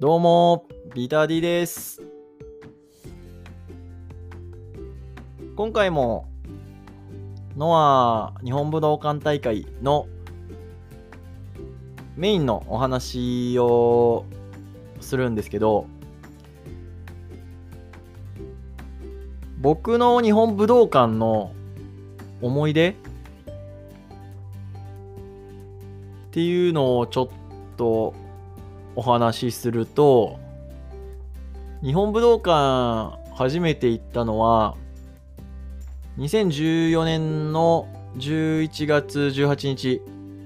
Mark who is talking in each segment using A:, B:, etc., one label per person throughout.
A: どうも、ビタディです。今回もノア日本武道館大会のメインのお話をするんですけど、僕の日本武道館の思い出っていうのをちょっとお話しすると、日本武道館初めて行ったのは2014年の11月18日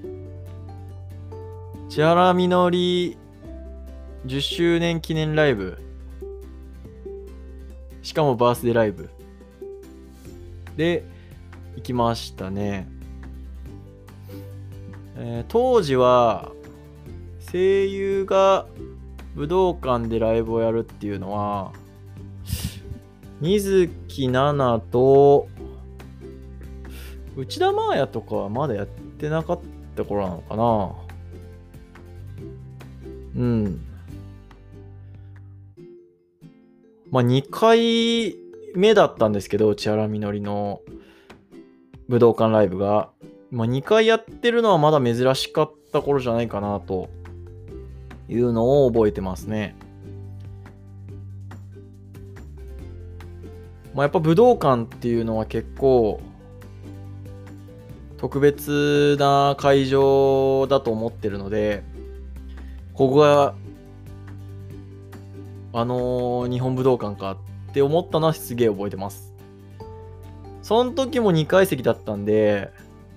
A: 千原みのり10周年記念ライブ、しかもバースデーライブで行きましたね。当時は声優が武道館でライブをやるっていうのは水木奈々と内田真礼とかはまだやってなかった頃なのかな。2回目だったんですけど、千原みのりの武道館ライブが、2回やってるのはまだ珍しかった頃じゃないかなというのを覚えてますね。やっぱ武道館っていうのは結構特別な会場だと思ってるので、ここが日本武道館かって思ったのはすげえ覚えてます。その時も2階席だったんで、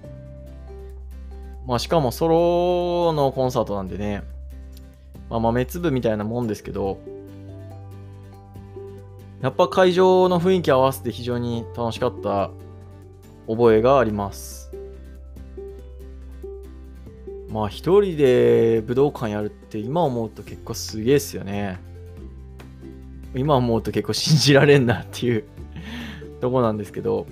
A: しかもソロのコンサートなんでね、豆粒みたいなもんですけど、やっぱ会場の雰囲気合わせて非常に楽しかった覚えがあります。一人で武道館やるって今思うと結構すげえっすよね。今思うと結構信じられんなっていうとこなんですけど、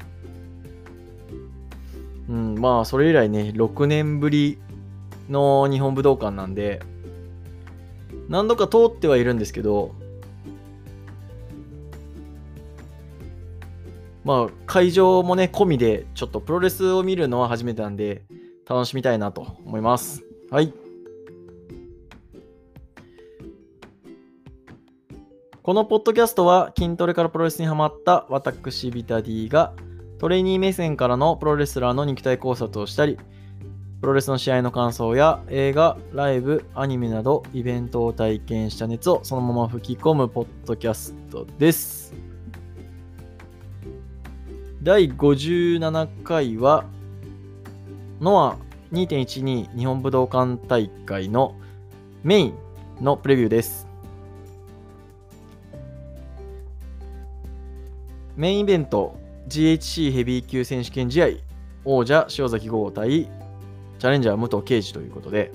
A: それ以来ね、6年ぶりの日本武道館なんで、何度か通ってはいるんですけど、会場もね、込みでちょっとプロレスを見るのは初めてなんで、楽しみたいなと思います。はい。このポッドキャストは筋トレからプロレスにハマった私ビタディがトレーニー目線からのプロレスラーの肉体考察をしたり、プロレスの試合の感想や映画、ライブ、アニメなどイベントを体験した熱をそのまま吹き込むポッドキャストです。第57回はノア 2.12 日本武道館大会のメインのプレビューです。メインイベント GHC ヘビー級選手権試合、王者塩崎豪対チャレンジャー武藤敬司ということで、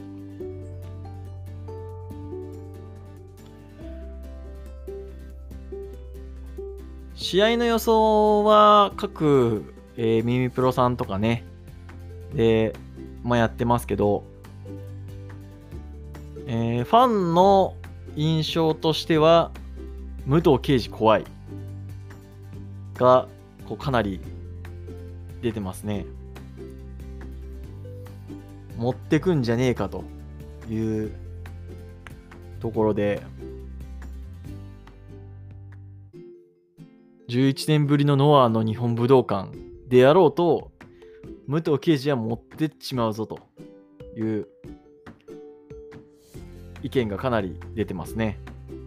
A: 試合の予想は各、ミミプロさんとかねで、やってますけど、ファンの印象としては武藤敬司怖いがかなり出てますね。持ってくんじゃねえかというところで、11年ぶりのノアの日本武道館であろうと武藤敬司は持ってっちまうぞという意見がかなり出てますね。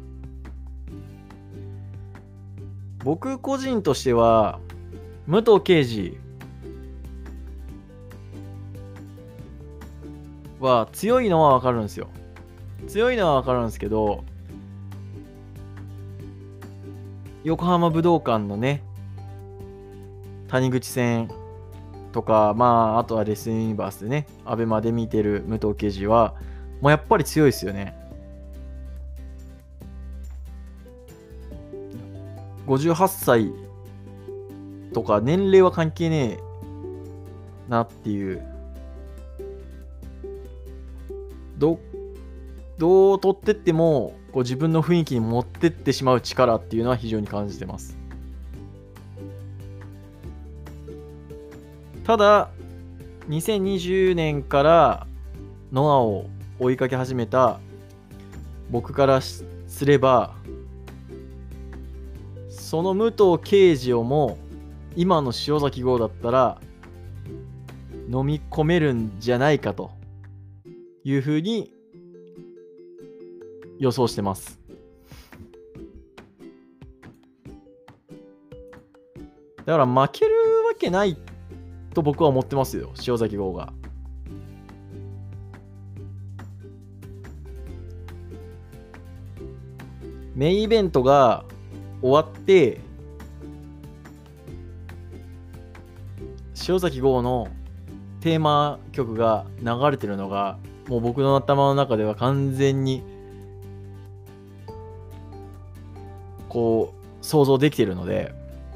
A: 僕個人としては武藤敬司は強いのは分かるんですよ。強いのは分かるんですけど、横浜武道館のね谷口戦とか、あとはレスユニバースでねアベマで見てる武藤敬司はもうやっぱり強いですよね。58歳とか年齢は関係ねえなっていう、どどう取ってってもこう自分の雰囲気に持ってってしまう力っていうのは非常に感じてます。ただ2020年からノアを追いかけ始めた僕からすれば、その武藤敬司をも今の塩崎豪だったら飲み込めるんじゃないかというふうに予想してます。だから負けるわけないと僕は思ってますよ、塩崎豪が。メインイベントが終わって塩崎豪のテーマ曲が流れてるのがもう僕の頭の中では完全にこう想像できているので、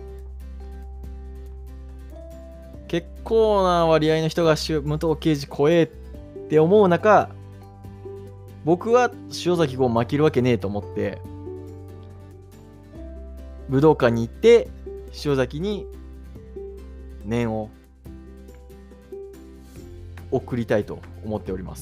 A: 結構な割合の人が武藤敬司怖えって思う中、僕は塩崎豪負けるわけねえと思って武道館に行って塩崎に念を送りたいと思っております。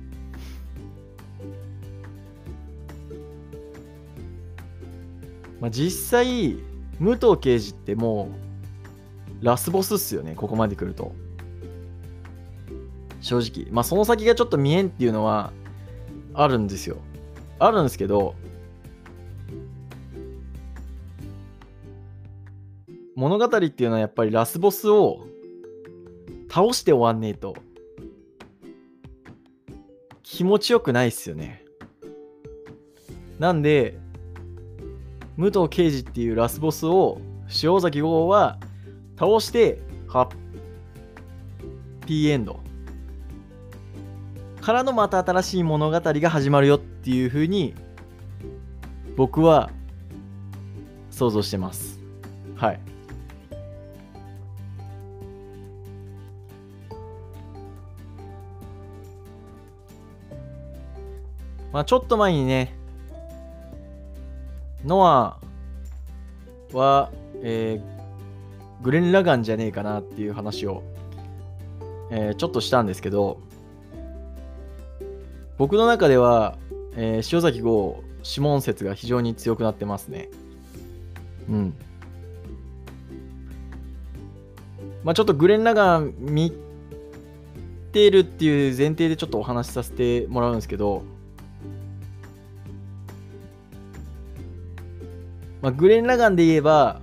A: 実際武藤敬司ってもうラスボスっすよね、ここまで来ると。正直その先がちょっと見えんっていうのはあるんですよ。あるんですけど、物語っていうのはやっぱりラスボスを倒して終わんねえと気持ちよくないっすよね。なんで武藤敬司っていうラスボスを塩崎豪は倒してハッピーエンドからのまた新しい物語が始まるよっていう風に僕は想像してます。はい。ちょっと前にね、ノアは、グレン・ラガンじゃねえかなっていう話を、ちょっとしたんですけど、僕の中では、塩崎豪シモン説が非常に強くなってますね。ちょっとグレン・ラガン見てるっていう前提でちょっとお話しさせてもらうんですけど、グレン・ラガンで言えば、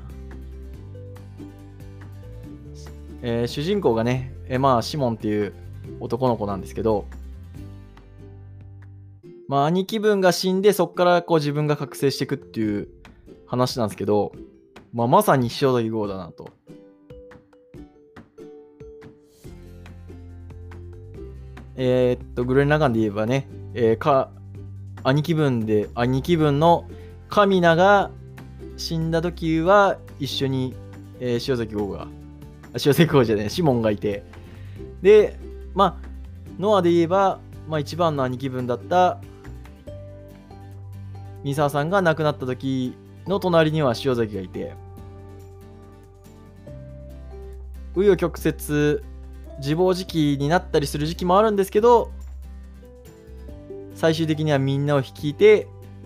A: 主人公がね、シモンっていう男の子なんですけど、兄貴分が死んでそっからこう自分が覚醒していくっていう話なんですけど、まさに塩崎豪だなと。グレン・ラガンで言えばね、兄貴分のカミナが死んだ時は一緒に、塩崎豪じゃない、シモンがいて、でノアで言えば、一番の兄貴分だった三沢さんが亡くなった時の隣には塩崎がいて、紆余曲折自暴自棄になったりする時期もあるんですけど、最終的にはみんなを率いて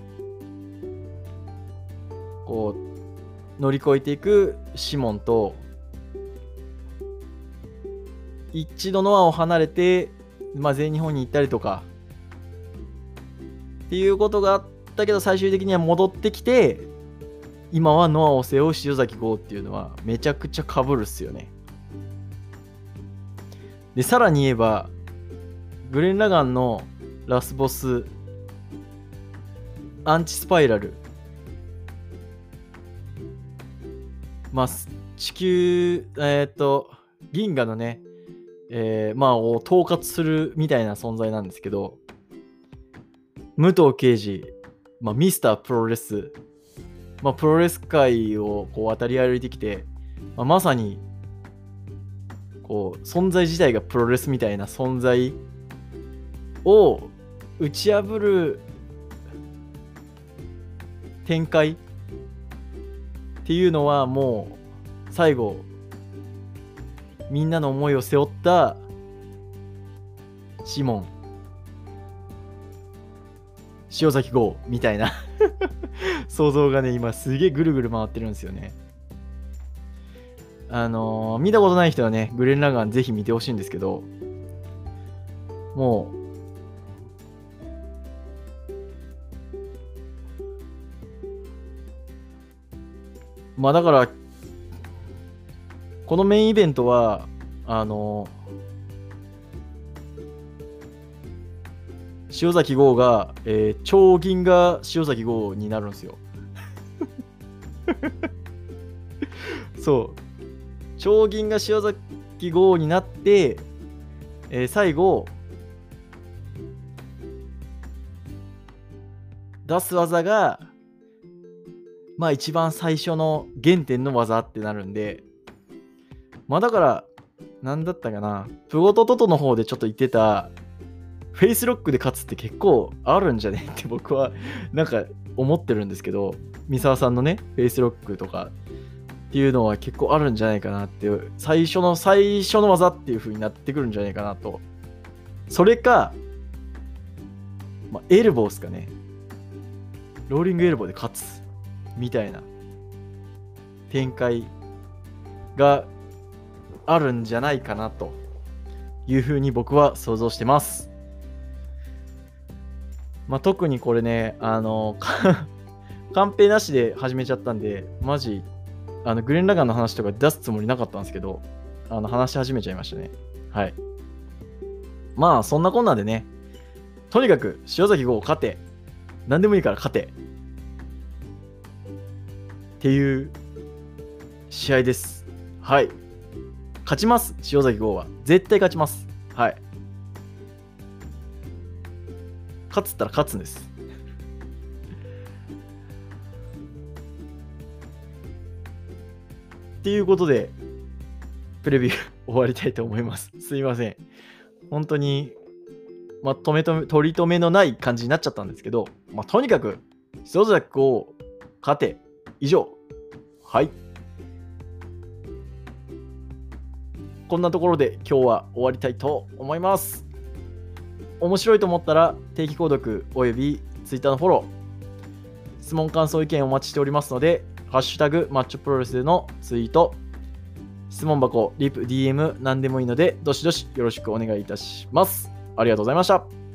A: こう乗り越えていくシモンと、一度ノアを離れて、全日本に行ったりとかっていうことがあったけど、最終的には戻ってきて今はノアを背負う塩崎豪っていうのはめちゃくちゃ被るっすよね。でさらに言えばグレン・ラガンのラスボスアンチスパイラル、地球銀河のね、を統括するみたいな存在なんですけど、武藤敬司、ミスタープロレス、プロレス界をこう渡り歩いてきて、まさにこう存在自体がプロレスみたいな存在を打ち破る展開っていうのはもう最後みんなの思いを背負ったシモン、塩崎豪みたいな想像がね今すげえぐるぐる回ってるんですよね。見たことない人はねグレン・ラガンぜひ見てほしいんですけど、もうまあだからこのメインイベントは塩崎豪が、超銀が塩崎豪になるんですよ。そう超銀が塩崎豪になって、最後出す技がまあ一番最初の原点の技ってなるんで、まあだからなんだったかな、プゴトトトの方でちょっと言ってたフェイスロックで勝つって結構あるんじゃねって僕はなんか思ってるんですけど、三沢さんのねフェイスロックとかっていうのは結構あるんじゃないかなっていう、最初の技っていう風になってくるんじゃないかなと。それか、まあ、エルボーですかね、ローリングエルボーで勝つみたいな展開があるんじゃないかなという風に僕は想像してます。まあ、特にこれね、カンペなしで始めちゃったんで、マジ、グレン・ラガンの話とか出すつもりなかったんですけど、話し始めちゃいましたね。はい。まあ、そんなこんなでね、とにかく塩崎豪勝て、何でもいいから勝て、っていう試合です。はい。勝ちます、塩崎豪は。絶対勝ちます。はい。勝つったら勝つんです。っていうことで、プレビュー終わりたいと思います。すいません。本当に、まあ、取り留めのない感じになっちゃったんですけど、まあ、とにかく、塩崎豪勝て、以上。はい。こんなところで今日は終わりたいと思います。面白いと思ったら定期購読および Twitter のフォロー、質問感想意見お待ちしておりますので、ハッシュタグマッチョプロレスでのツイート、質問箱、リプ、DM何でもいいのでどしどしよろしくお願いいたします。ありがとうございました。